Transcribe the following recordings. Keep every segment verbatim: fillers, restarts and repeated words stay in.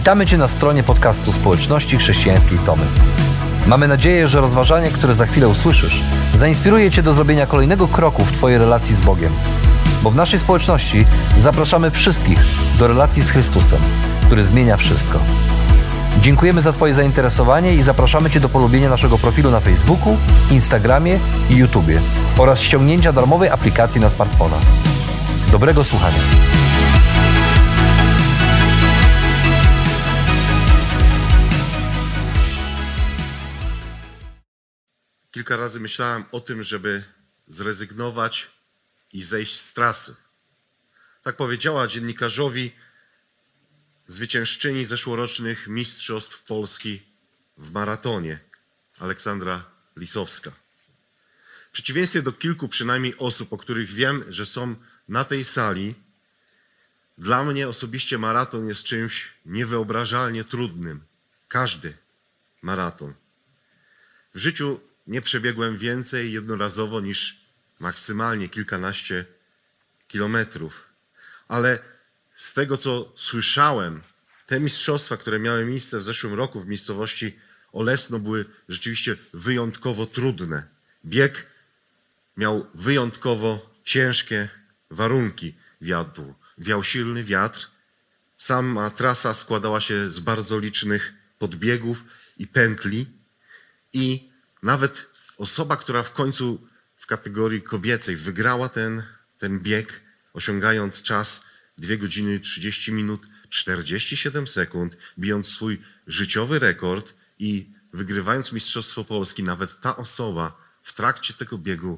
Witamy Cię na stronie podcastu Społeczności Chrześcijańskiej Tomy. Mamy nadzieję, że rozważanie, które za chwilę usłyszysz, zainspiruje Cię do zrobienia kolejnego kroku w Twojej relacji z Bogiem. Bo w naszej społeczności zapraszamy wszystkich do relacji z Chrystusem, który zmienia wszystko. Dziękujemy za Twoje zainteresowanie i zapraszamy Cię do polubienia naszego profilu na Facebooku, Instagramie i YouTubie oraz ściągnięcia darmowej aplikacji na smartfona. Dobrego słuchania. Kilka razy myślałem o tym, żeby zrezygnować i zejść z trasy. Tak powiedziała dziennikarzowi zwyciężczyni zeszłorocznych Mistrzostw Polski w maratonie, Aleksandra Lisowska. W przeciwieństwie do kilku przynajmniej osób, o których wiem, że są na tej sali, dla mnie osobiście maraton jest czymś niewyobrażalnie trudnym. Każdy maraton. W życiu nie przebiegłem więcej jednorazowo niż maksymalnie kilkanaście kilometrów. Ale z tego, co słyszałem, te mistrzostwa, które miały miejsce w zeszłym roku w miejscowości Olesno, były rzeczywiście wyjątkowo trudne. Bieg miał wyjątkowo ciężkie warunki wiatru. Wiał silny wiatr. Sama trasa składała się z bardzo licznych podbiegów i pętli. I nawet osoba, która w końcu w kategorii kobiecej wygrała ten, ten bieg, osiągając czas dwie godziny trzydzieści minut czterdzieści siedem sekund, bijąc swój życiowy rekord i wygrywając Mistrzostwo Polski, nawet ta osoba w trakcie tego biegu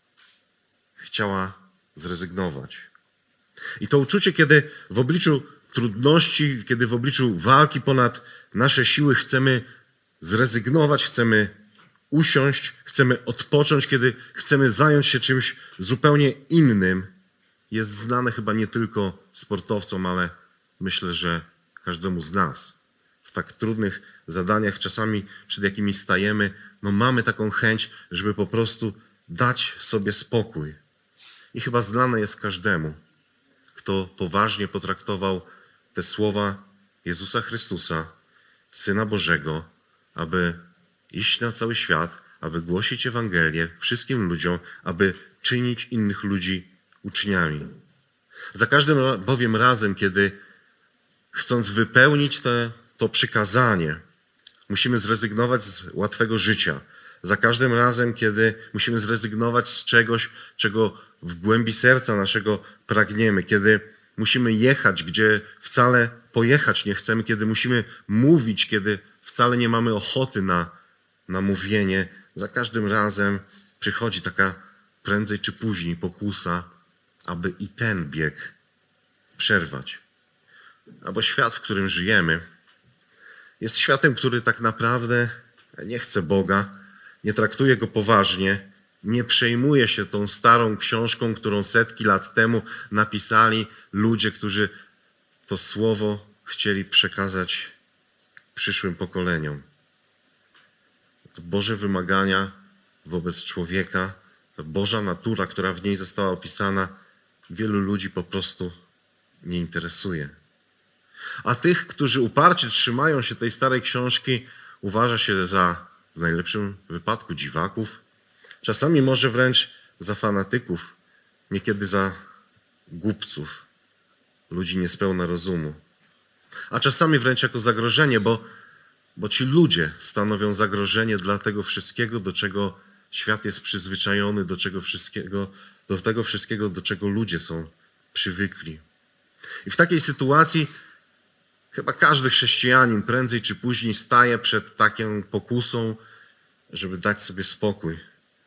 chciała zrezygnować. I to uczucie, kiedy w obliczu trudności, kiedy w obliczu walki ponad nasze siły chcemy zrezygnować, chcemy usiąść, chcemy odpocząć, kiedy chcemy zająć się czymś zupełnie innym, jest znane chyba nie tylko sportowcom, ale myślę, że każdemu z nas. W tak trudnych zadaniach, czasami przed jakimi stajemy, no mamy taką chęć, żeby po prostu dać sobie spokój. I chyba znane jest każdemu, kto poważnie potraktował te słowa Jezusa Chrystusa, Syna Bożego, aby iść na cały świat, aby głosić Ewangelię wszystkim ludziom, aby czynić innych ludzi uczniami. Za każdym bowiem razem, kiedy chcąc wypełnić te, to przykazanie, musimy zrezygnować z łatwego życia. Za każdym razem, kiedy musimy zrezygnować z czegoś, czego w głębi serca naszego pragniemy, kiedy musimy jechać, gdzie wcale pojechać nie chcemy, kiedy musimy mówić, kiedy wcale nie mamy ochoty na, na mówienie, za każdym razem przychodzi taka prędzej czy później pokusa, aby i ten bieg przerwać. Albo świat, w którym żyjemy, jest światem, który tak naprawdę nie chce Boga, nie traktuje Go poważnie, nie przejmuje się tą starą książką, którą setki lat temu napisali ludzie, którzy to słowo chcieli przekazać przyszłym pokoleniom. To Boże wymagania wobec człowieka, ta Boża natura, która w niej została opisana, wielu ludzi po prostu nie interesuje. A tych, którzy uparcie trzymają się tej starej książki, uważa się za, w najlepszym wypadku, dziwaków, czasami może wręcz za fanatyków, niekiedy za głupców, ludzi niespełna rozumu. A czasami wręcz jako zagrożenie, bo, bo ci ludzie stanowią zagrożenie dla tego wszystkiego, do czego świat jest przyzwyczajony, do czego wszystkiego, do tego wszystkiego, do czego ludzie są przywykli. I w takiej sytuacji chyba każdy chrześcijanin prędzej czy później staje przed taką pokusą, żeby dać sobie spokój.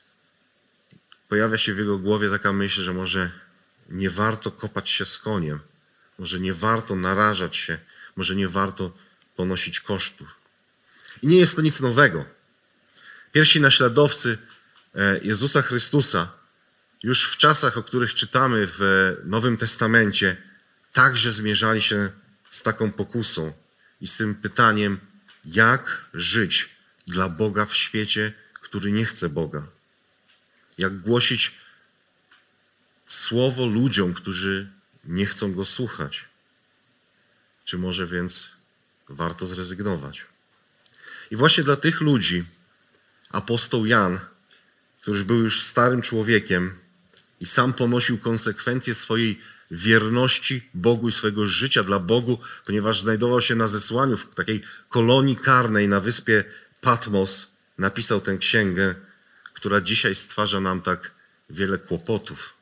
Pojawia się w jego głowie taka myśl, że może nie warto kopać się z koniem, może nie warto narażać się, może nie warto ponosić kosztów. I nie jest to nic nowego. Pierwsi naśladowcy Jezusa Chrystusa już w czasach, o których czytamy w Nowym Testamencie, także zmierzali się z taką pokusą i z tym pytaniem, jak żyć dla Boga w świecie, który nie chce Boga. Jak głosić słowo ludziom, którzy nie chcą Go słuchać. Czy może więc warto zrezygnować. I właśnie dla tych ludzi apostoł Jan, który już był już starym człowiekiem i sam ponosił konsekwencje swojej wierności Bogu i swojego życia dla Bogu, ponieważ znajdował się na zesłaniu w takiej kolonii karnej na wyspie Patmos, napisał tę księgę, która dzisiaj stwarza nam tak wiele kłopotów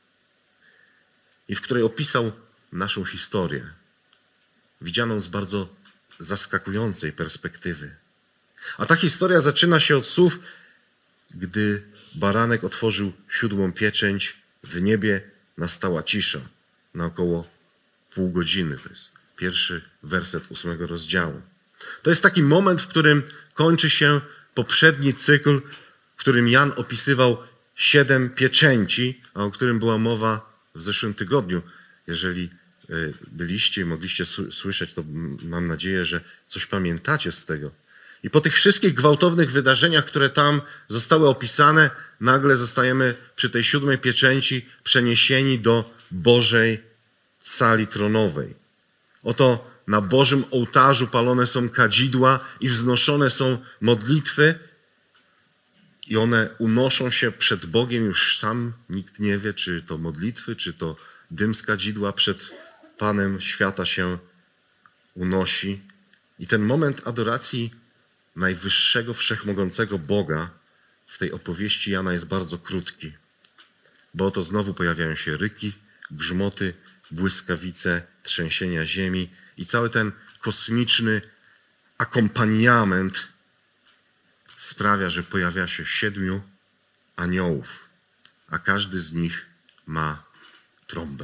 i w której opisał naszą historię, widzianą z bardzo zaskakującej perspektywy. A ta historia zaczyna się od słów, gdy baranek otworzył siódmą pieczęć, w niebie nastała cisza na około pół godziny. To jest pierwszy werset ósmego rozdziału. To jest taki moment, w którym kończy się poprzedni cykl, w którym Jan opisywał siedem pieczęci, a o którym była mowa w zeszłym tygodniu. Jeżeli byliście i mogliście słyszeć, to mam nadzieję, że coś pamiętacie z tego. I po tych wszystkich gwałtownych wydarzeniach, które tam zostały opisane, nagle zostajemy przy tej siódmej pieczęci przeniesieni do Bożej sali tronowej. Oto na Bożym ołtarzu palone są kadzidła i wznoszone są modlitwy i one unoszą się przed Bogiem. Już sam nikt nie wie, czy to modlitwy, czy to dym z kadzidła przed Panem świata się unosi. I ten moment adoracji najwyższego, wszechmogącego Boga w tej opowieści Jana jest bardzo krótki, bo oto znowu pojawiają się ryki, grzmoty, błyskawice, trzęsienia ziemi i cały ten kosmiczny akompaniament sprawia, że pojawia się siedmiu aniołów, a każdy z nich ma trąbę.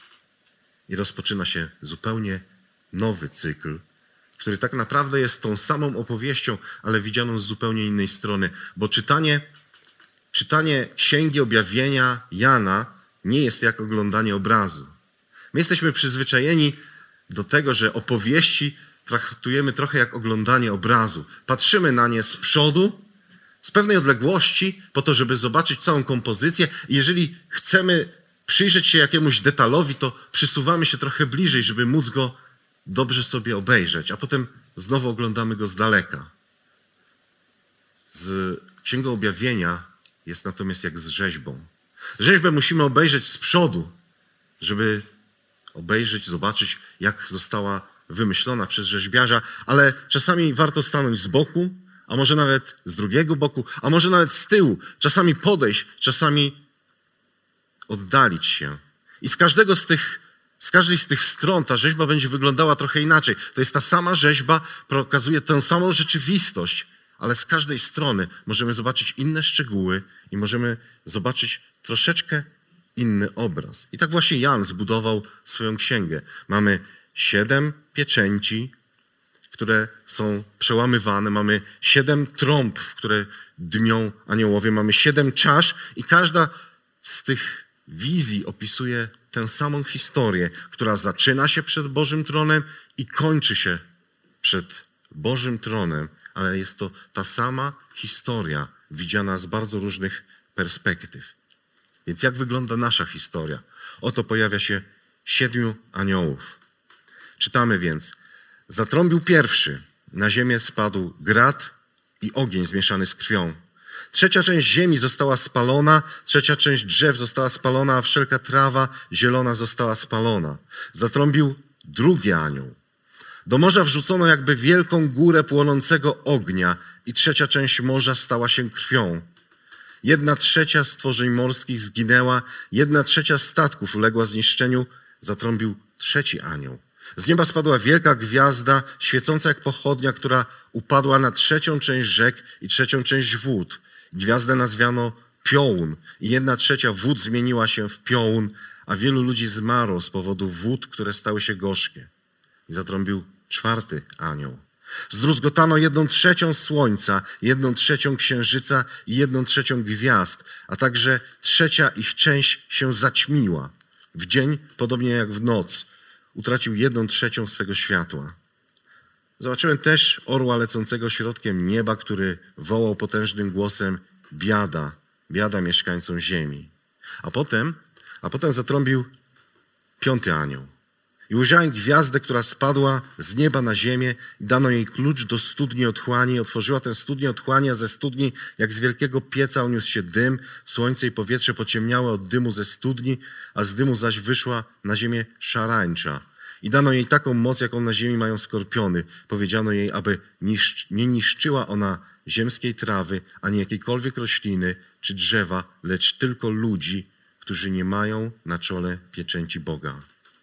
I rozpoczyna się zupełnie nowy cykl, który tak naprawdę jest tą samą opowieścią, ale widzianą z zupełnie innej strony. Bo czytanie, czytanie Księgi Objawienia Jana nie jest jak oglądanie obrazu. My jesteśmy przyzwyczajeni do tego, że opowieści traktujemy trochę jak oglądanie obrazu. Patrzymy na nie z przodu, z pewnej odległości, po to, żeby zobaczyć całą kompozycję. I jeżeli chcemy przyjrzeć się jakiemuś detalowi, to przysuwamy się trochę bliżej, żeby móc go dobrze sobie obejrzeć, a potem znowu oglądamy go z daleka. Z Księgą Objawienia jest natomiast jak z rzeźbą. Rzeźbę musimy obejrzeć z przodu, żeby obejrzeć, zobaczyć, jak została wymyślona przez rzeźbiarza, ale czasami warto stanąć z boku, a może nawet z drugiego boku, a może nawet z tyłu. Czasami podejść, czasami oddalić się. I z każdego z tych Z każdej z tych stron ta rzeźba będzie wyglądała trochę inaczej. To jest ta sama rzeźba, pokazuje tę samą rzeczywistość, ale z każdej strony możemy zobaczyć inne szczegóły i możemy zobaczyć troszeczkę inny obraz. I tak właśnie Jan zbudował swoją księgę. Mamy siedem pieczęci, które są przełamywane. Mamy siedem trąb, w które dmią aniołowie. Mamy siedem czasz i każda z tych wizji opisuje tę samą historię, która zaczyna się przed Bożym tronem i kończy się przed Bożym tronem, ale jest to ta sama historia, widziana z bardzo różnych perspektyw. Więc jak wygląda nasza historia? Oto pojawia się siedmiu aniołów. Czytamy więc. Zatrąbił pierwszy, na ziemię spadł grad i ogień zmieszany z krwią. Trzecia część ziemi została spalona, trzecia część drzew została spalona, a wszelka trawa zielona została spalona. Zatrąbił drugi anioł. Do morza wrzucono jakby wielką górę płonącego ognia i trzecia część morza stała się krwią. Jedna trzecia stworzeń morskich zginęła, jedna trzecia statków uległa zniszczeniu. Zatrąbił trzeci anioł. Z nieba spadła wielka gwiazda, świecąca jak pochodnia, która upadła na trzecią część rzek i trzecią część wód. Gwiazdę nazwiano Piołun i jedna trzecia wód zmieniła się w piołun, a wielu ludzi zmarło z powodu wód, które stały się gorzkie. I zatrąbił czwarty anioł. Zdruzgotano jedną trzecią słońca, jedną trzecią księżyca i jedną trzecią gwiazd, a także trzecia ich część się zaćmiła. W dzień, podobnie jak w noc, utracił jedną trzecią swego światła. Zobaczyłem też orła lecącego środkiem nieba, który wołał potężnym głosem: biada, biada mieszkańcom ziemi. A potem, a potem zatrąbił piąty anioł. I ujrzałem gwiazdę, która spadła z nieba na ziemię i dano jej klucz do studni otchłani. Otworzyła tę studnię otchłani, a ze studni, jak z wielkiego pieca, uniósł się dym. Słońce i powietrze pociemniały od dymu ze studni, a z dymu zaś wyszła na ziemię szarańcza. I dano jej taką moc, jaką na ziemi mają skorpiony. Powiedziano jej, aby niszcz, nie niszczyła ona ziemskiej trawy, ani jakiejkolwiek rośliny czy drzewa, lecz tylko ludzi, którzy nie mają na czole pieczęci Boga.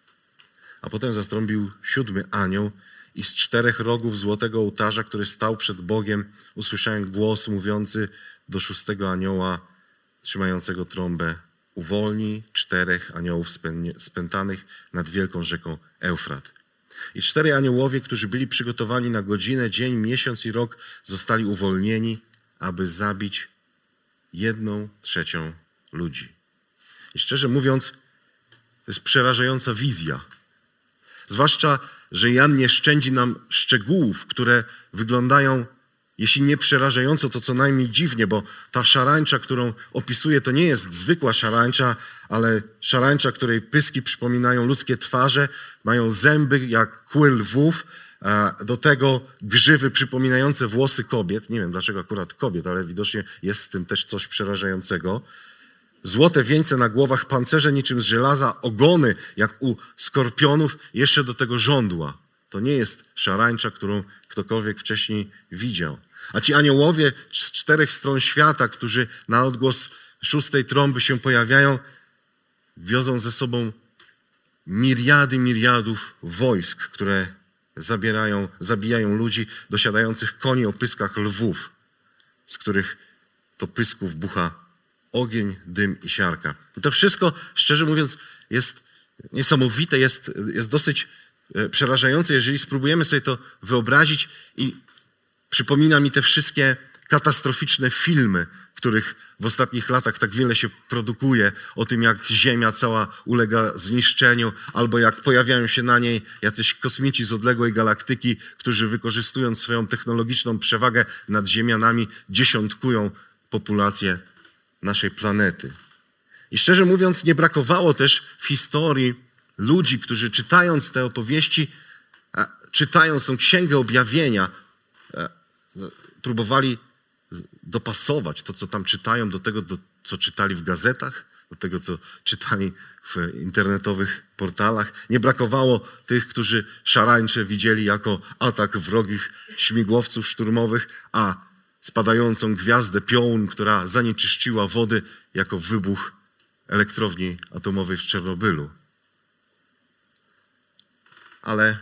A potem zastrąbił siódmy anioł i z czterech rogów złotego ołtarza, który stał przed Bogiem, usłyszałem głos mówiący do szóstego anioła trzymającego trąbę: uwolnij czterech aniołów spętanych nad wielką rzeką Eufrat. I cztery aniołowie, którzy byli przygotowani na godzinę, dzień, miesiąc i rok, zostali uwolnieni, aby zabić jedną trzecią ludzi. I szczerze mówiąc, to jest przerażająca wizja. Zwłaszcza, że Jan nie szczędzi nam szczegółów, które wyglądają, jeśli nie przerażająco, to co najmniej dziwnie, bo ta szarańcza, którą opisuje, to nie jest zwykła szarańcza, ale szarańcza, której pyski przypominają ludzkie twarze, mają zęby jak kły lwów, do tego grzywy przypominające włosy kobiet. Nie wiem, dlaczego akurat kobiet, ale widocznie jest w tym też coś przerażającego. Złote wieńce na głowach, pancerze niczym z żelaza, ogony jak u skorpionów, jeszcze do tego żądła. To nie jest szarańcza, którą ktokolwiek wcześniej widział. A ci aniołowie z czterech stron świata, którzy na odgłos szóstej trąby się pojawiają, wiozą ze sobą miriady, miriadów wojsk, które zabierają, zabijają ludzi dosiadających koni o pyskach lwów, z których to pysków bucha ogień, dym i siarka. I to wszystko, szczerze mówiąc, jest niesamowite, jest, jest dosyć przerażające, jeżeli spróbujemy sobie to wyobrazić, i przypomina mi te wszystkie katastroficzne filmy, których w ostatnich latach tak wiele się produkuje, o tym, jak Ziemia cała ulega zniszczeniu, albo jak pojawiają się na niej jacyś kosmici z odległej galaktyki, którzy wykorzystując swoją technologiczną przewagę nad Ziemianami dziesiątkują populację naszej planety. I szczerze mówiąc, nie brakowało też w historii ludzi, którzy czytając te opowieści, czytając tą Księgę Objawienia, próbowali dopasować to, co tam czytają, do tego, do, co czytali w gazetach, do tego, co czytali w internetowych portalach. Nie brakowało tych, którzy szarańcze widzieli jako atak wrogich śmigłowców szturmowych, a spadającą gwiazdę piołun, która zanieczyszczyła wody, jako wybuch elektrowni atomowej w Czernobylu. Ale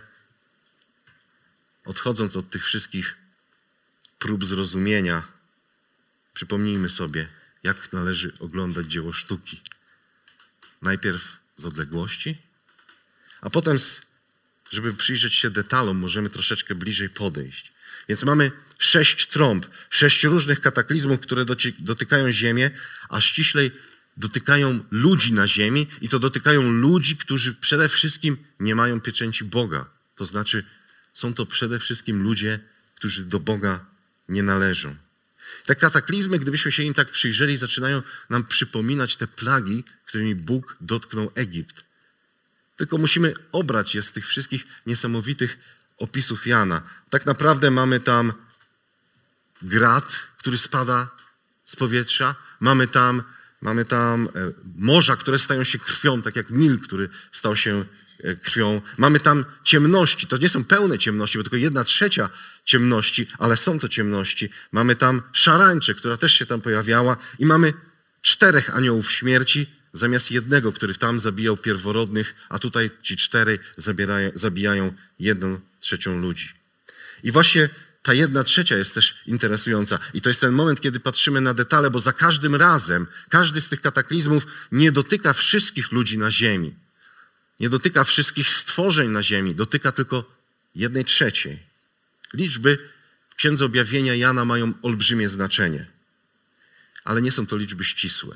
odchodząc od tych wszystkich prób zrozumienia, przypomnijmy sobie, jak należy oglądać dzieło sztuki. Najpierw z odległości, a potem, żeby przyjrzeć się detalom, możemy troszeczkę bliżej podejść. Więc mamy sześć trąb, sześć różnych kataklizmów, które dotykają Ziemię, a ściślej dotykają ludzi na ziemi, i to dotykają ludzi, którzy przede wszystkim nie mają pieczęci Boga. To znaczy, są to przede wszystkim ludzie, którzy do Boga nie należą. Te kataklizmy, gdybyśmy się im tak przyjrzeli, zaczynają nam przypominać te plagi, którymi Bóg dotknął Egipt. Tylko musimy obrać je z tych wszystkich niesamowitych opisów Jana. Tak naprawdę mamy tam grad, który spada z powietrza. Mamy tam, mamy tam morza, które stają się krwią, tak jak Nil, który stał się krwią. Mamy tam ciemności. To nie są pełne ciemności, bo tylko jedna trzecia ciemności, ale są to ciemności. Mamy tam szarańczę, która też się tam pojawiała, i mamy czterech aniołów śmierci zamiast jednego, który tam zabijał pierworodnych, a tutaj ci cztery zabierają, zabijają jedną trzecią ludzi. I właśnie ta jedna trzecia jest też interesująca. I to jest ten moment, kiedy patrzymy na detale, bo za każdym razem, każdy z tych kataklizmów nie dotyka wszystkich ludzi na ziemi. Nie dotyka wszystkich stworzeń na ziemi. Dotyka tylko jednej trzeciej. Liczby w Księdze Objawienia Jana mają olbrzymie znaczenie. Ale nie są to liczby ścisłe.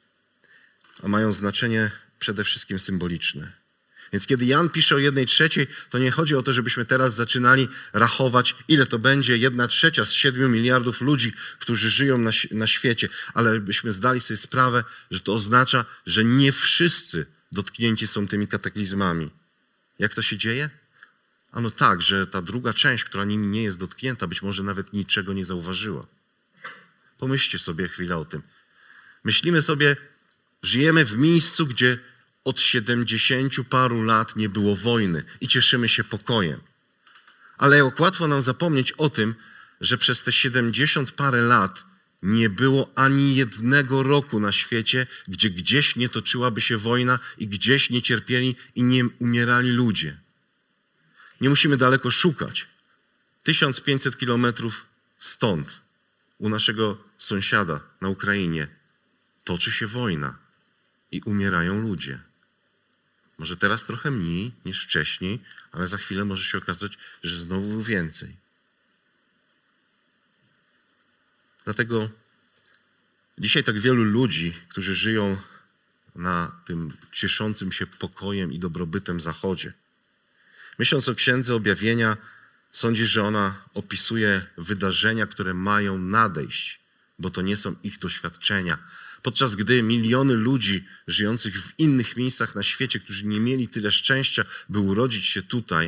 A mają znaczenie przede wszystkim symboliczne. Więc kiedy Jan pisze o jednej trzeciej, to nie chodzi o to, żebyśmy teraz zaczynali rachować, ile to będzie jedna trzecia z siedmiu miliardów ludzi, którzy żyją na, na świecie, ale byśmy zdali sobie sprawę, że to oznacza, że nie wszyscy dotknięci są tymi kataklizmami. Jak to się dzieje? Ano tak, że ta druga część, która nimi nie jest dotknięta, być może nawet niczego nie zauważyła. Pomyślcie sobie chwilę o tym. Myślimy sobie, żyjemy w miejscu, gdzie od siedemdziesięciu paru lat nie było wojny i cieszymy się pokojem. Ale jak łatwo nam zapomnieć o tym, że przez te siedemdziesiąt parę lat nie było ani jednego roku na świecie, gdzie gdzieś nie toczyłaby się wojna i gdzieś nie cierpieli i nie umierali ludzie. Nie musimy daleko szukać. tysiąc pięćset kilometrów stąd, u naszego sąsiada na Ukrainie, toczy się wojna i umierają ludzie. Może teraz trochę mniej niż wcześniej, ale za chwilę może się okazać, że znowu więcej. Dlatego dzisiaj tak wielu ludzi, którzy żyją na tym cieszącym się pokojem i dobrobytem Zachodzie, myśląc o Księdze Objawienia, sądzi, że ona opisuje wydarzenia, które mają nadejść, bo to nie są ich doświadczenia. Podczas gdy miliony ludzi żyjących w innych miejscach na świecie, którzy nie mieli tyle szczęścia, by urodzić się tutaj,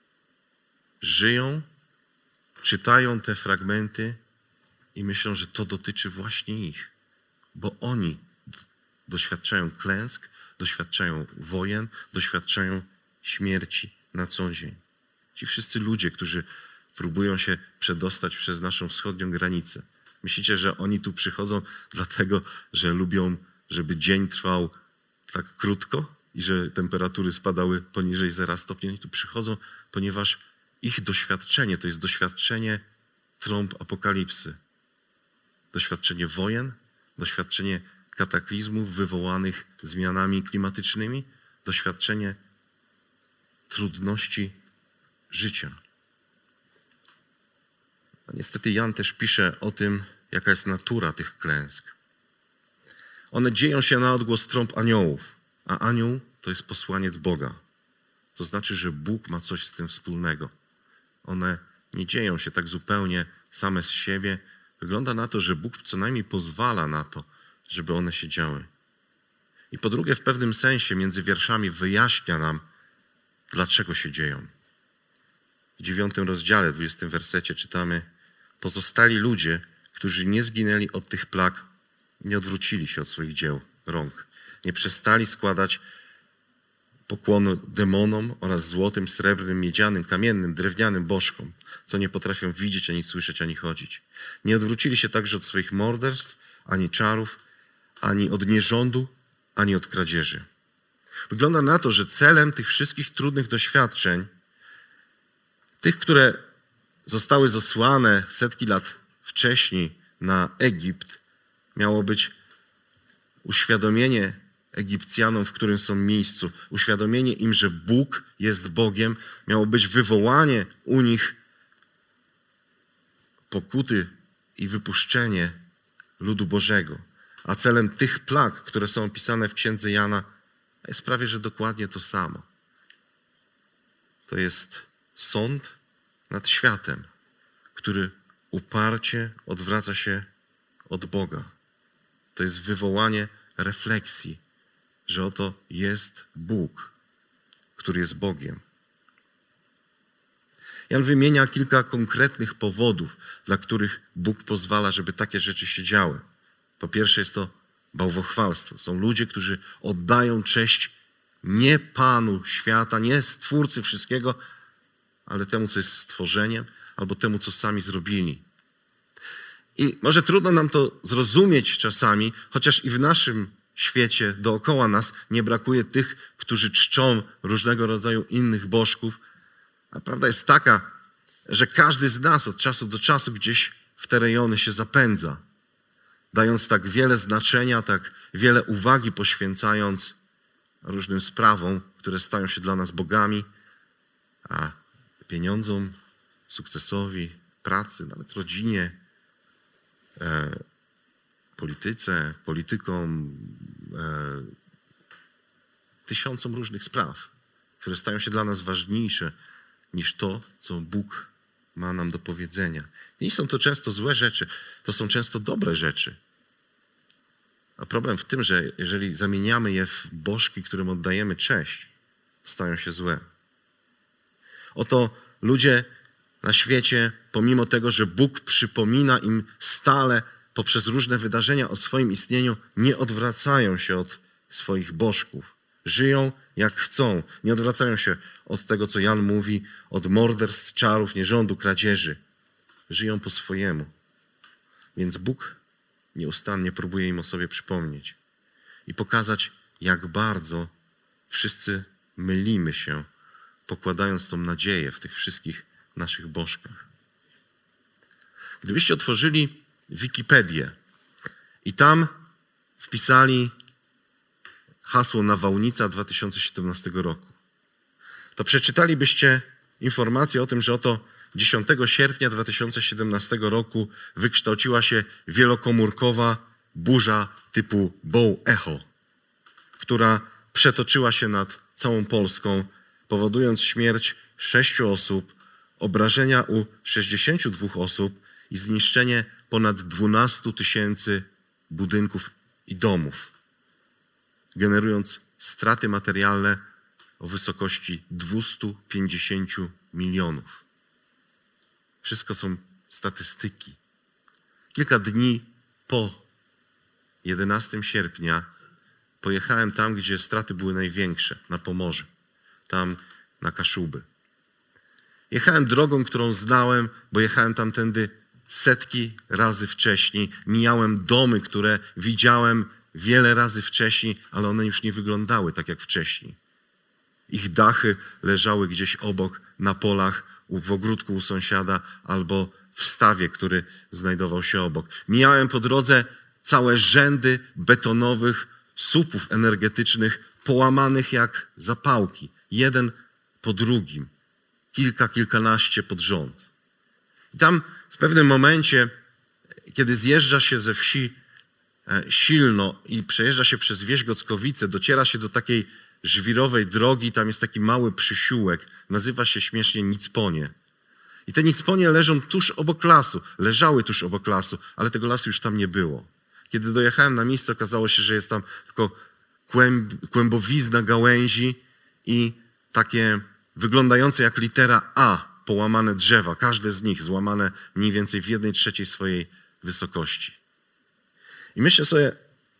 żyją, czytają te fragmenty i myślą, że to dotyczy właśnie ich, bo oni doświadczają klęsk, doświadczają wojen, doświadczają śmierci na co dzień. Ci wszyscy ludzie, którzy próbują się przedostać przez naszą wschodnią granicę. Myślicie, że oni tu przychodzą dlatego, że lubią, żeby dzień trwał tak krótko i że temperatury spadały poniżej zera stopni? Oni tu przychodzą, ponieważ ich doświadczenie to jest doświadczenie trąb apokalipsy. Doświadczenie wojen, doświadczenie kataklizmów wywołanych zmianami klimatycznymi, doświadczenie trudności życia. A niestety Jan też pisze o tym, jaka jest natura tych klęsk. One dzieją się na odgłos trąb aniołów, a anioł to jest posłaniec Boga. To znaczy, że Bóg ma coś z tym wspólnego. One nie dzieją się tak zupełnie same z siebie. Wygląda na to, że Bóg co najmniej pozwala na to, żeby one się działy. I po drugie, w pewnym sensie między wierszami wyjaśnia nam, dlaczego się dzieją. W dziewiątym rozdziale, dwudziestym wersecie czytamy: pozostali ludzie, którzy nie zginęli od tych plag, nie odwrócili się od swoich dzieł rąk. Nie przestali składać pokłonu demonom oraz złotym, srebrnym, miedzianym, kamiennym, drewnianym bożkom, co nie potrafią widzieć, ani słyszeć, ani chodzić. Nie odwrócili się także od swoich morderstw, ani czarów, ani od nierządu, ani od kradzieży. Wygląda na to, że celem tych wszystkich trudnych doświadczeń, tych, które zostały zesłane setki lat wcześniej na Egipt, miało być uświadomienie Egipcjanom, w którym są miejscu, uświadomienie im, że Bóg jest Bogiem, miało być wywołanie u nich pokuty i wypuszczenie ludu Bożego. A celem tych plag, które są opisane w Księdze Jana, jest prawie że dokładnie to samo. To jest sąd nad światem, który uparcie odwraca się od Boga. To jest wywołanie refleksji, że oto jest Bóg, który jest Bogiem. Jan wymienia kilka konkretnych powodów, dla których Bóg pozwala, żeby takie rzeczy się działy. Po pierwsze jest to bałwochwalstwo. Są ludzie, którzy oddają cześć nie Panu świata, nie Stwórcy wszystkiego, ale temu, co jest stworzeniem, albo temu, co sami zrobili. I może trudno nam to zrozumieć czasami, chociaż i w naszym świecie dookoła nas nie brakuje tych, którzy czczą różnego rodzaju innych bożków. A prawda jest taka, że każdy z nas od czasu do czasu gdzieś w te rejony się zapędza, dając tak wiele znaczenia, tak wiele uwagi poświęcając różnym sprawom, które stają się dla nas bogami, a pieniądzom, sukcesowi, pracy, nawet rodzinie, e, polityce, politykom, e, tysiącom różnych spraw, które stają się dla nas ważniejsze niż to, co Bóg ma nam do powiedzenia. Nie są to często złe rzeczy, to są często dobre rzeczy. A problem w tym, że jeżeli zamieniamy je w bożki, którym oddajemy cześć, stają się złe. Oto ludzie na świecie, pomimo tego, że Bóg przypomina im stale poprzez różne wydarzenia o swoim istnieniu, nie odwracają się od swoich bożków. Żyją jak chcą. Nie odwracają się od tego, co Jan mówi, od morderstw, czarów, nierządu, kradzieży. Żyją po swojemu. Więc Bóg nieustannie próbuje im o sobie przypomnieć i pokazać, jak bardzo wszyscy mylimy się, pokładając tą nadzieję w tych wszystkich naszych bożkach. Gdybyście otworzyli Wikipedię i tam wpisali hasło Nawałnica dwa tysiące siedemnastego roku, to przeczytalibyście informację o tym, że oto dziesiątego sierpnia dwa tysiące siedemnastego roku wykształciła się wielokomórkowa burza typu Bow Echo, która przetoczyła się nad całą Polską, powodując śmierć sześciu osób, obrażenia u sześćdziesięciu dwóch osób i zniszczenie ponad dwunastu tysięcy budynków i domów, generując straty materialne o wysokości dwustu pięćdziesięciu milionów. Wszystko są statystyki. Kilka dni po jedenastego sierpnia pojechałem tam, gdzie straty były największe, na Pomorze, tam na Kaszuby. Jechałem drogą, którą znałem, bo jechałem tamtędy setki razy wcześniej. Mijałem domy, które widziałem wiele razy wcześniej, ale one już nie wyglądały tak jak wcześniej. Ich dachy leżały gdzieś obok, na polach, w ogródku u sąsiada albo w stawie, który znajdował się obok. Mijałem po drodze całe rzędy betonowych słupów energetycznych, połamanych jak zapałki, jeden po drugim, kilka, kilkanaście pod rząd. I tam w pewnym momencie, kiedy zjeżdża się ze wsi Silno i przejeżdża się przez wieś Gockowice, dociera się do takiej żwirowej drogi, tam jest taki mały przysiółek, nazywa się śmiesznie Nicponie. I te Nicponie leżą tuż obok lasu, leżały tuż obok lasu, ale tego lasu już tam nie było. Kiedy dojechałem na miejsce, okazało się, że jest tam tylko kłęb, kłębowizna gałęzi i takie wyglądające jak litera A połamane drzewa, każde z nich złamane mniej więcej w jednej trzeciej swojej wysokości. I myślę sobie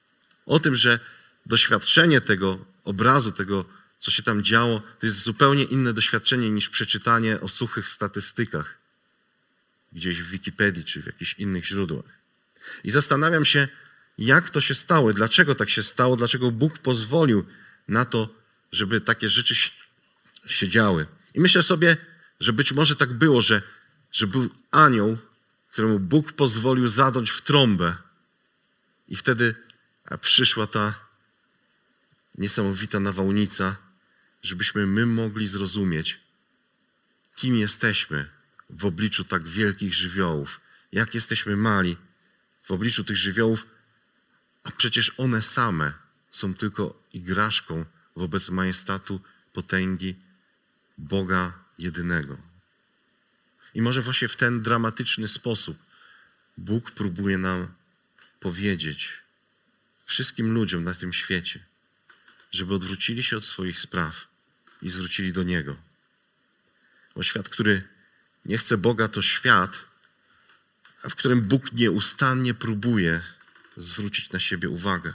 o tym, że doświadczenie tego obrazu, tego, co się tam działo, to jest zupełnie inne doświadczenie niż przeczytanie o suchych statystykach gdzieś w Wikipedii czy w jakichś innych źródłach. I zastanawiam się, jak to się stało, dlaczego tak się stało, dlaczego Bóg pozwolił na to, żeby takie rzeczy się działy. I myślę sobie, że być może tak było, że, że był anioł, któremu Bóg pozwolił zadąć w trąbę i wtedy przyszła ta niesamowita nawałnica, żebyśmy my mogli zrozumieć, kim jesteśmy w obliczu tak wielkich żywiołów, jak jesteśmy mali w obliczu tych żywiołów, a przecież one same są tylko igraszką wobec majestatu, potęgi Boga jedynego. I może właśnie w ten dramatyczny sposób Bóg próbuje nam powiedzieć wszystkim ludziom na tym świecie, żeby odwrócili się od swoich spraw i zwrócili do Niego. Bo świat, który nie chce Boga, to świat, w którym Bóg nieustannie próbuje zwrócić na siebie uwagę.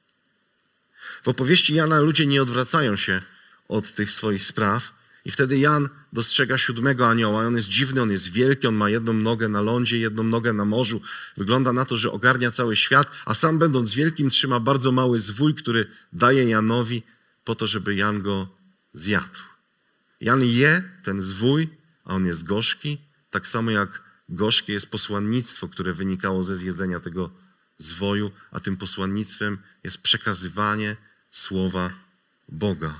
W opowieści Jana ludzie nie odwracają się od tych swoich spraw i wtedy Jan dostrzega siódmego anioła. On jest dziwny, on jest wielki, on ma jedną nogę na lądzie, jedną nogę na morzu. Wygląda na to, że ogarnia cały świat, a sam będąc wielkim trzyma bardzo mały zwój, który daje Janowi po to, żeby Jan go zjadł. Jan je ten zwój, a on jest gorzki, tak samo jak gorzkie jest posłannictwo, które wynikało ze zjedzenia tego zwoju, a tym posłannictwem jest przekazywanie słowa Boga.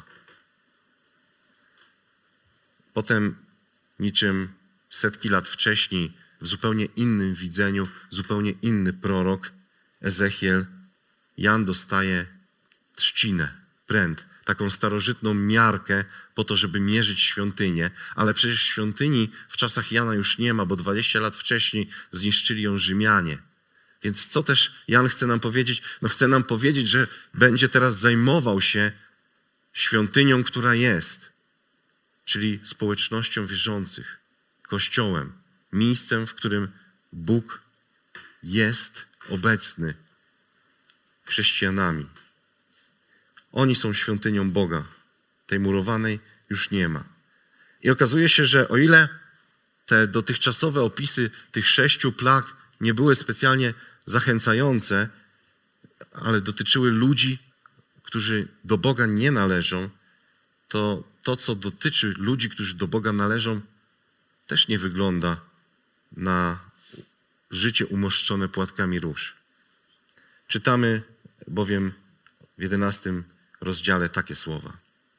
Potem, niczym setki lat wcześniej, w zupełnie innym widzeniu, zupełnie inny prorok, Ezechiel, Jan dostaje trzcinę, pręt, taką starożytną miarkę po to, żeby mierzyć świątynię, ale przecież świątyni w czasach Jana już nie ma, bo dwadzieścia lat wcześniej zniszczyli ją Rzymianie. Więc co też Jan chce nam powiedzieć? No chce nam powiedzieć, że będzie teraz zajmował się świątynią, która jest. czyli społecznością wierzących, Kościołem, miejscem, w którym Bóg jest obecny, chrześcijanami. Oni są świątynią Boga. Tej murowanej już nie ma. I okazuje się, że o ile te dotychczasowe opisy tych sześciu plag nie były specjalnie zachęcające, ale dotyczyły ludzi, którzy do Boga nie należą, to to, co dotyczy ludzi, którzy do Boga należą, też nie wygląda na życie umoszczone płatkami róż. Czytamy bowiem w jedenastym rozdziale takie słowa.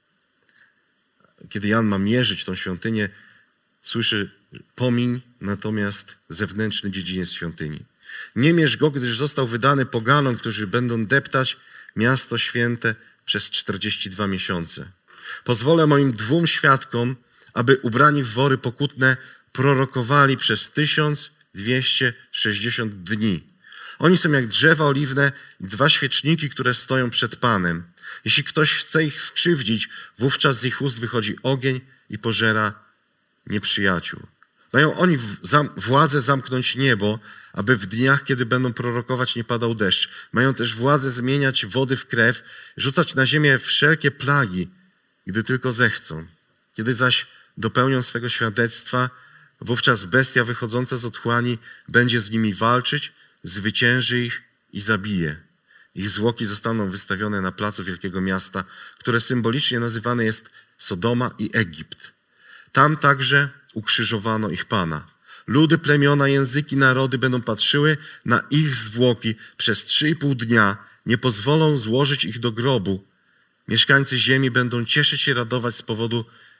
Kiedy Jan ma mierzyć tą świątynię, słyszy: pomiń natomiast zewnętrzny dziedziniec świątyni. Nie mierz go, gdyż został wydany poganom, którzy będą deptać miasto święte przez czterdzieści dwa miesiące. Pozwolę moim dwóm świadkom, aby ubrani w wory pokutne prorokowali przez tysiąc dwieście sześćdziesiąt dni. Oni są jak drzewa oliwne i dwa świeczniki, które stoją przed Panem. Jeśli ktoś chce ich skrzywdzić, wówczas z ich ust wychodzi ogień i pożera nieprzyjaciół. Mają oni władzę zamknąć niebo, aby w dniach, kiedy będą prorokować, nie padał deszcz. Mają też władzę zmieniać wody w krew, rzucać na ziemię wszelkie plagi, gdy tylko zechcą. Kiedy zaś dopełnią swego świadectwa, wówczas bestia wychodząca z otchłani będzie z nimi walczyć, zwycięży ich i zabije. Ich zwłoki zostaną wystawione na placu wielkiego miasta, które symbolicznie nazywane jest Sodoma i Egipt. Tam także ukrzyżowano ich Pana. Ludy, plemiona, języki, narody będą patrzyły na ich zwłoki przez trzy i pół dnia, nie pozwolą złożyć ich do grobu. Mieszkańcy ziemi będą cieszyć się, radować z powodu,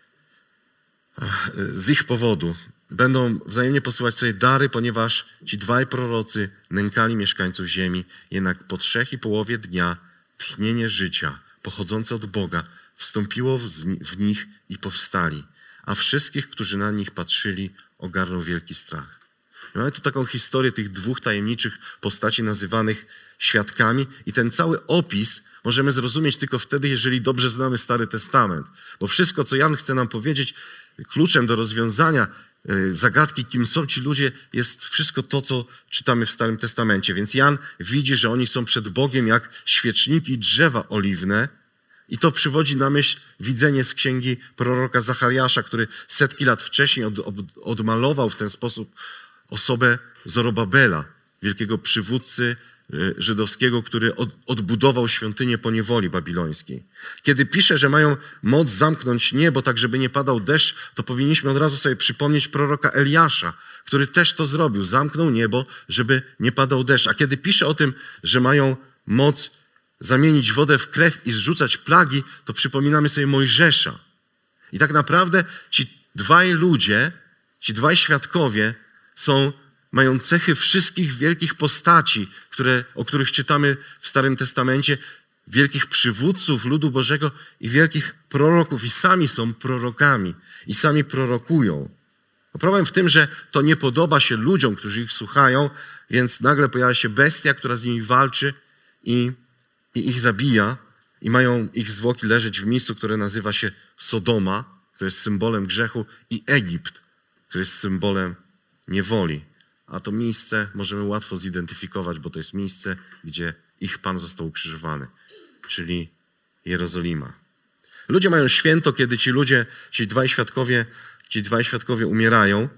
z ich powodu. Będą wzajemnie posyłać sobie dary, ponieważ ci dwaj prorocy nękali mieszkańców ziemi. Jednak po trzech i połowie dnia tchnienie życia pochodzące od Boga wstąpiło w nich i powstali. A wszystkich, którzy na nich patrzyli, ogarnął wielki strach. I mamy tu taką historię tych dwóch tajemniczych postaci nazywanych świadkami i ten cały opis możemy zrozumieć tylko wtedy, jeżeli dobrze znamy Stary Testament. Bo wszystko, co Jan chce nam powiedzieć, kluczem do rozwiązania zagadki, kim są ci ludzie, jest wszystko to, co czytamy w Starym Testamencie. Więc Jan widzi, że oni są przed Bogiem jak świeczniki drzewa oliwne i to przywodzi na myśl widzenie z księgi proroka Zachariasza, który setki lat wcześniej od, od, odmalował w ten sposób osobę Zorobabela, wielkiego przywódcy żydowskiego, który od, odbudował świątynię po niewoli babilońskiej. Kiedy pisze, że mają moc zamknąć niebo, tak żeby nie padał deszcz, to powinniśmy od razu sobie przypomnieć proroka Eliasza, który też to zrobił. Zamknął niebo, żeby nie padał deszcz. A kiedy pisze o tym, że mają moc zamienić wodę w krew i zrzucać plagi, to przypominamy sobie Mojżesza. I tak naprawdę ci dwaj ludzie, ci dwaj świadkowie są mają cechy wszystkich wielkich postaci, które, o których czytamy w Starym Testamencie, wielkich przywódców ludu Bożego i wielkich proroków. I sami są prorokami. I sami prorokują. No problem w tym, że to nie podoba się ludziom, którzy ich słuchają, więc nagle pojawia się bestia, która z nimi walczy i, i ich zabija. I mają ich zwłoki leżeć w miejscu, które nazywa się Sodoma, które jest symbolem grzechu, i Egipt, który jest symbolem niewoli. A to miejsce możemy łatwo zidentyfikować, bo to jest miejsce, gdzie ich Pan został ukrzyżowany, czyli Jerozolima. Ludzie mają święto, kiedy ci ludzie, ci dwaj świadkowie, ci dwaj świadkowie umierają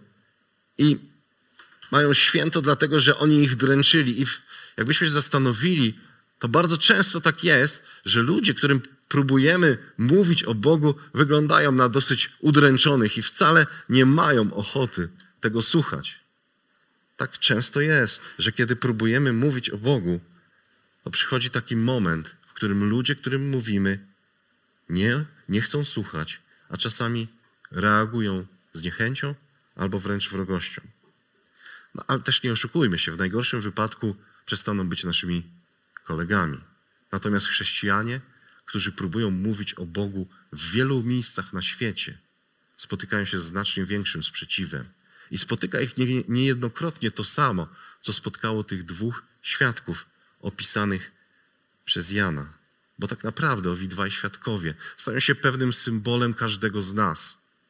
i mają święto dlatego, że oni ich dręczyli. I jakbyśmy się zastanowili, to bardzo często tak jest, że ludzie, którym próbujemy mówić o Bogu, wyglądają na dosyć udręczonych i wcale nie mają ochoty tego słuchać. Tak często jest, że kiedy próbujemy mówić o Bogu, to przychodzi taki moment, w którym ludzie, którym mówimy, nie, nie chcą słuchać, a czasami reagują z niechęcią albo wręcz wrogością. No, ale też nie oszukujmy się, w najgorszym wypadku przestaną być naszymi kolegami. Natomiast chrześcijanie, którzy próbują mówić o Bogu w wielu miejscach na świecie, spotykają się z znacznie większym sprzeciwem. I spotyka ich nie, niejednokrotnie to samo, co spotkało tych dwóch świadków opisanych przez Jana. Bo tak naprawdę owi dwaj świadkowie stają się pewnym symbolem każdego z nas.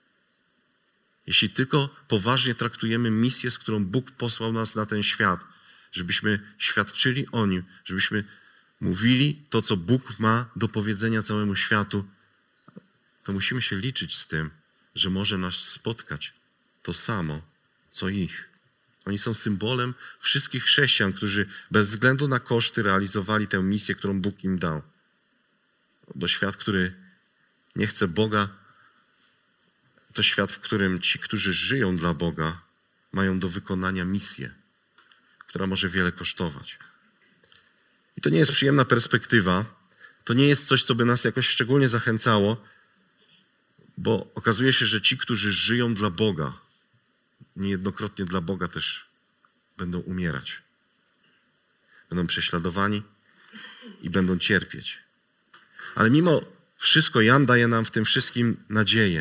jeśli tylko poważnie traktujemy misję, z którą Bóg posłał nas na ten świat, żebyśmy świadczyli o Nim, żebyśmy mówili to, co Bóg ma do powiedzenia całemu światu, to musimy się liczyć z tym, że może nas spotkać to samo, co ich. Oni są symbolem wszystkich chrześcijan, którzy bez względu na koszty realizowali tę misję, którą Bóg im dał. Bo świat, który nie chce Boga, to świat, w którym ci, którzy żyją dla Boga, mają do wykonania misję, która może wiele kosztować. I to nie jest przyjemna perspektywa, to nie jest coś, co by nas jakoś szczególnie zachęcało, bo okazuje się, że ci, którzy żyją dla Boga, niejednokrotnie dla Boga też będą umierać. Będą prześladowani i będą cierpieć. Ale mimo wszystko Jan daje nam w tym wszystkim nadzieję.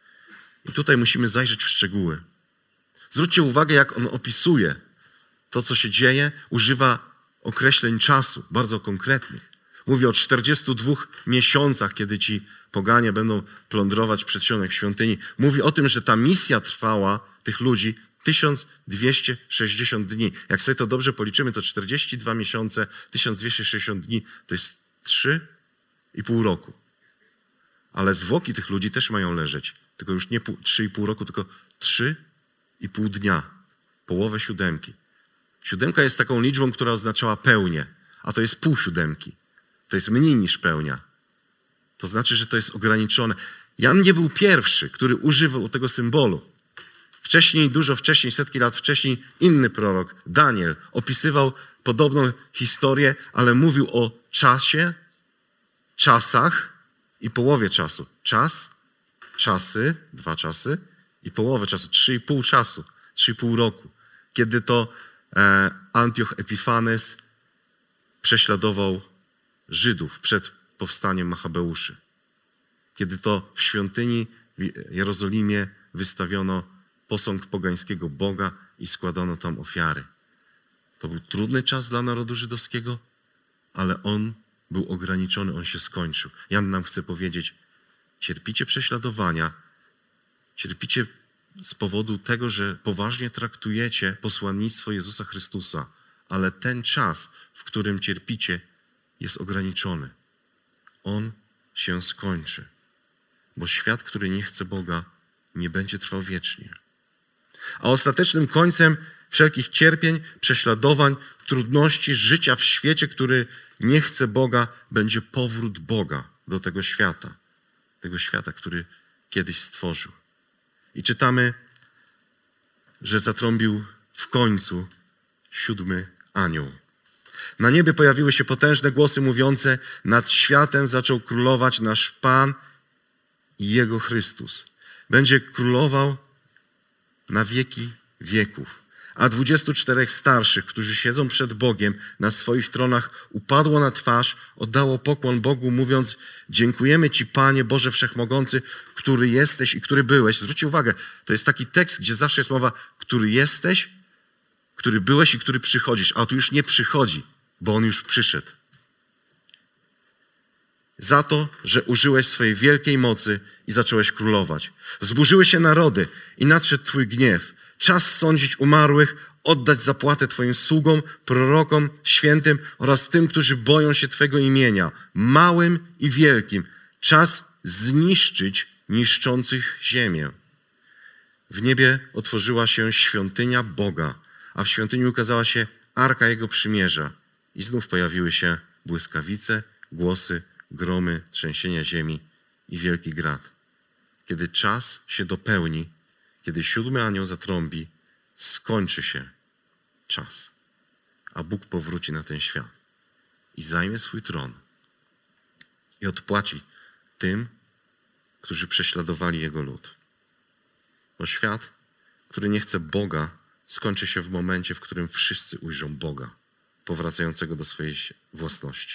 I tutaj musimy zajrzeć w szczegóły. Zwróćcie uwagę, jak on opisuje to, co się dzieje. Używa określeń czasu, bardzo konkretnych. Mówi o czterdziestu dwóch miesiącach, kiedy ci poganie będą plądrować przedsionek świątyni. Mówi o tym, że ta misja trwała tych ludzi tysiąc dwieście sześćdziesiąt dni. Jak sobie to dobrze policzymy, to czterdzieści dwa miesiące, tysiąc dwieście sześćdziesiąt dni to jest trzy i pół roku. Ale zwłoki tych ludzi też mają leżeć. Tylko już nie trzy i pół roku, tylko trzy i pół dnia. Połowę siódemki. Siódemka jest taką liczbą, która oznaczała pełnię, a to jest pół siódemki. To jest mniej niż pełnia. To znaczy, że to jest ograniczone. Jan nie był pierwszy, który używał tego symbolu. Wcześniej, dużo wcześniej, setki lat wcześniej, inny prorok, Daniel, opisywał podobną historię, ale mówił o czasie, czasach i połowie czasu. Czas, czasy, dwa czasy i połowę czasu, trzy i pół czasu, trzy i pół roku. Kiedy to e, Antioch Epifanes prześladował Żydów przed powstaniem Machabeuszy. Kiedy to w świątyni w Jerozolimie wystawiono posąg pogańskiego Boga i składano tam ofiary. To był trudny czas dla narodu żydowskiego, ale on był ograniczony, on się skończył. Jan nam chce powiedzieć, cierpicie prześladowania, cierpicie z powodu tego, że poważnie traktujecie posłannictwo Jezusa Chrystusa, ale ten czas, w którym cierpicie, jest ograniczony. On się skończy, bo świat, który nie chce Boga, nie będzie trwał wiecznie. A ostatecznym końcem wszelkich cierpień, prześladowań, trudności życia w świecie, który nie chce Boga, będzie powrót Boga do tego świata. Tego świata, który kiedyś stworzył. I czytamy, że zatrąbił w końcu siódmy anioł. Na niebie pojawiły się potężne głosy mówiące, nad światem zaczął królować nasz Pan i Jego Chrystus. Będzie królował na wieki wieków. A dwudziestu czterech starszych, którzy siedzą przed Bogiem na swoich tronach, upadło na twarz, oddało pokłon Bogu, mówiąc, dziękujemy Ci, Panie Boże Wszechmogący, który jesteś i który byłeś. Zwróćcie uwagę, to jest taki tekst, gdzie zawsze jest mowa, który jesteś, który byłeś i który przychodzisz. A tu już nie przychodzi, bo On już przyszedł. Za to, że użyłeś swojej wielkiej mocy i zacząłeś królować. Wzburzyły się narody i nadszedł Twój gniew. Czas sądzić umarłych, oddać zapłatę Twoim sługom, prorokom, świętym oraz tym, którzy boją się Twego imienia, małym i wielkim. Czas zniszczyć niszczących ziemię. W niebie otworzyła się świątynia Boga, a w świątyni ukazała się Arka Jego Przymierza. I znów pojawiły się błyskawice, głosy, gromy, trzęsienia ziemi i wielki grad. Kiedy czas się dopełni, kiedy siódmy anioł zatrąbi, skończy się czas, a Bóg powróci na ten świat i zajmie swój tron i odpłaci tym, którzy prześladowali Jego lud. Bo świat, który nie chce Boga, skończy się w momencie, w którym wszyscy ujrzą Boga, powracającego do swojej własności.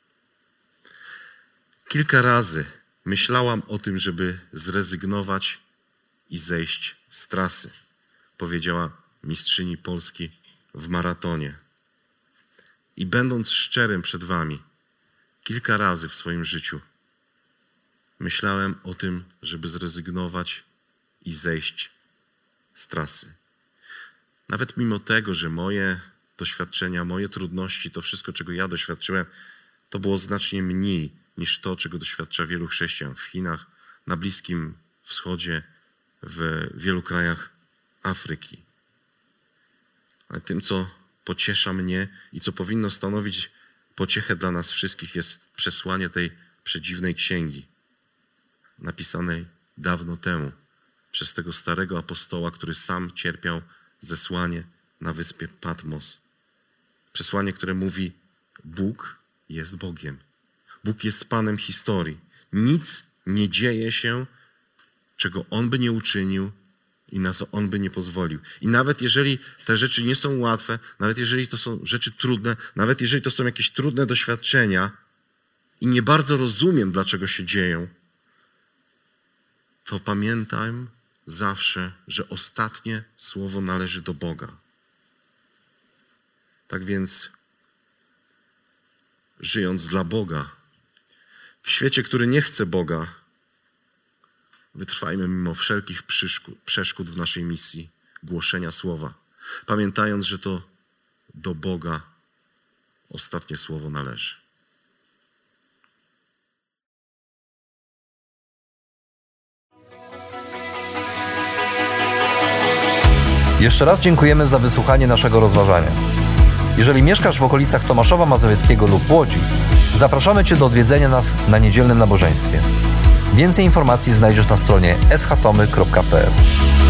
Kilka razy myślałam o tym, żeby zrezygnować i zejść z trasy, powiedziała mistrzyni Polski w maratonie. I będąc szczerym przed wami, kilka razy w swoim życiu myślałem o tym, żeby zrezygnować i zejść z trasy. Nawet mimo tego, że moje doświadczenia, moje trudności, to wszystko, czego ja doświadczyłem, to było znacznie mniej niż to, czego doświadcza wielu chrześcijan w Chinach, na Bliskim Wschodzie, w wielu krajach Afryki. Ale tym, co pociesza mnie i co powinno stanowić pociechę dla nas wszystkich, jest przesłanie tej przedziwnej księgi, napisanej dawno temu przez tego starego apostoła, który sam cierpiał zesłanie na wyspie Patmos. Przesłanie, które mówi: Bóg jest Bogiem. Bóg jest Panem historii. Nic nie dzieje się, czego On by nie uczynił i na co On by nie pozwolił. I nawet jeżeli te rzeczy nie są łatwe, nawet jeżeli to są rzeczy trudne, nawet jeżeli to są jakieś trudne doświadczenia i nie bardzo rozumiem, dlaczego się dzieją, to pamiętaj zawsze, że ostatnie słowo należy do Boga. Tak więc, żyjąc dla Boga, w świecie, który nie chce Boga, wytrwajmy mimo wszelkich przeszkód w naszej misji głoszenia słowa, pamiętając, że to do Boga ostatnie słowo należy. Jeszcze raz dziękujemy za wysłuchanie naszego rozważania. Jeżeli mieszkasz w okolicach Tomaszowa Mazowieckiego lub Łodzi, zapraszamy Cię do odwiedzenia nas na niedzielnym nabożeństwie. Więcej informacji znajdziesz na stronie s h tomy kropka p l.